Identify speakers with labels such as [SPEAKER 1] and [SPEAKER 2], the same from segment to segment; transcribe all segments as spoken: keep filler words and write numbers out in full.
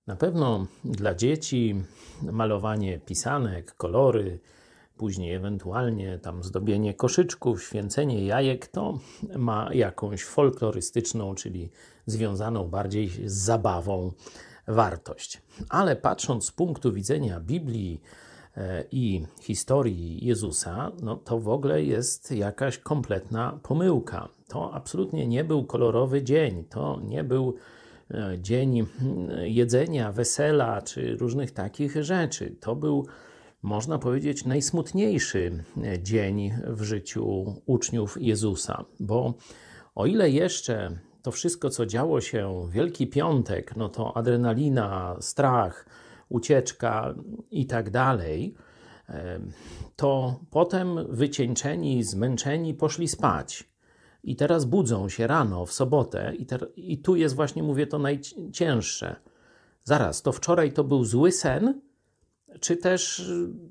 [SPEAKER 1] Na pewno dla dzieci malowanie pisanek, kolory, później ewentualnie tam zdobienie koszyczków, święcenie jajek, to ma jakąś folklorystyczną, czyli związaną bardziej z zabawą wartość. Ale patrząc z punktu widzenia Biblii i historii Jezusa, no to w ogóle jest jakaś kompletna pomyłka. To absolutnie nie był kolorowy dzień, to nie był dzień jedzenia, wesela czy różnych takich rzeczy. To był, można powiedzieć, najsmutniejszy dzień w życiu uczniów Jezusa, bo o ile jeszcze to wszystko, co działo się w Wielki Piątek, no to adrenalina, strach, ucieczka i tak dalej, to potem wycieńczeni, zmęczeni poszli spać. I teraz budzą się rano w sobotę i, te, i tu jest właśnie, mówię, to najcięższe. Zaraz, to wczoraj to był zły sen, czy też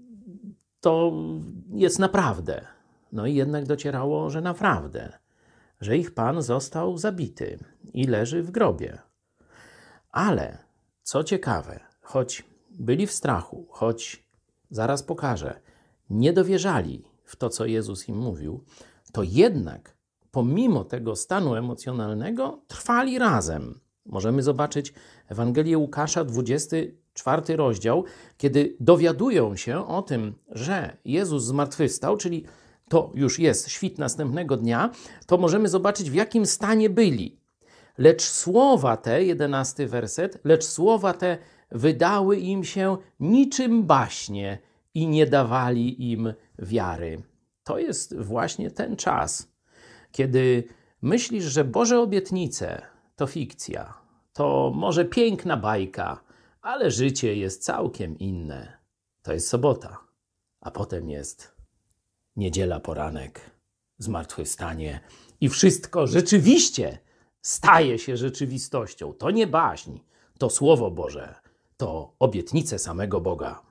[SPEAKER 1] to jest naprawdę? No i jednak docierało, że naprawdę, że ich Pan został zabity i leży w grobie. Ale, co ciekawe, choć byli w strachu, choć, zaraz pokażę, nie dowierzali w to, co Jezus im mówił, to jednak pomimo tego stanu emocjonalnego trwali razem. Możemy zobaczyć Ewangelię Łukasza, dwudziesty czwarty rozdział, kiedy dowiadują się o tym, że Jezus zmartwychwstał, czyli to już jest świt następnego dnia, to możemy zobaczyć, w jakim stanie byli. Lecz słowa te, jedenasty werset, lecz słowa te wydały im się niczym baśnie i nie dawali im wiary. To jest właśnie ten czas, kiedy myślisz, że Boże obietnice to fikcja, to może piękna bajka, ale życie jest całkiem inne. To jest sobota, a potem jest niedziela, poranek, zmartwychwstanie i wszystko rzeczywiście staje się rzeczywistością. To nie baśń, to Słowo Boże, to obietnice samego Boga.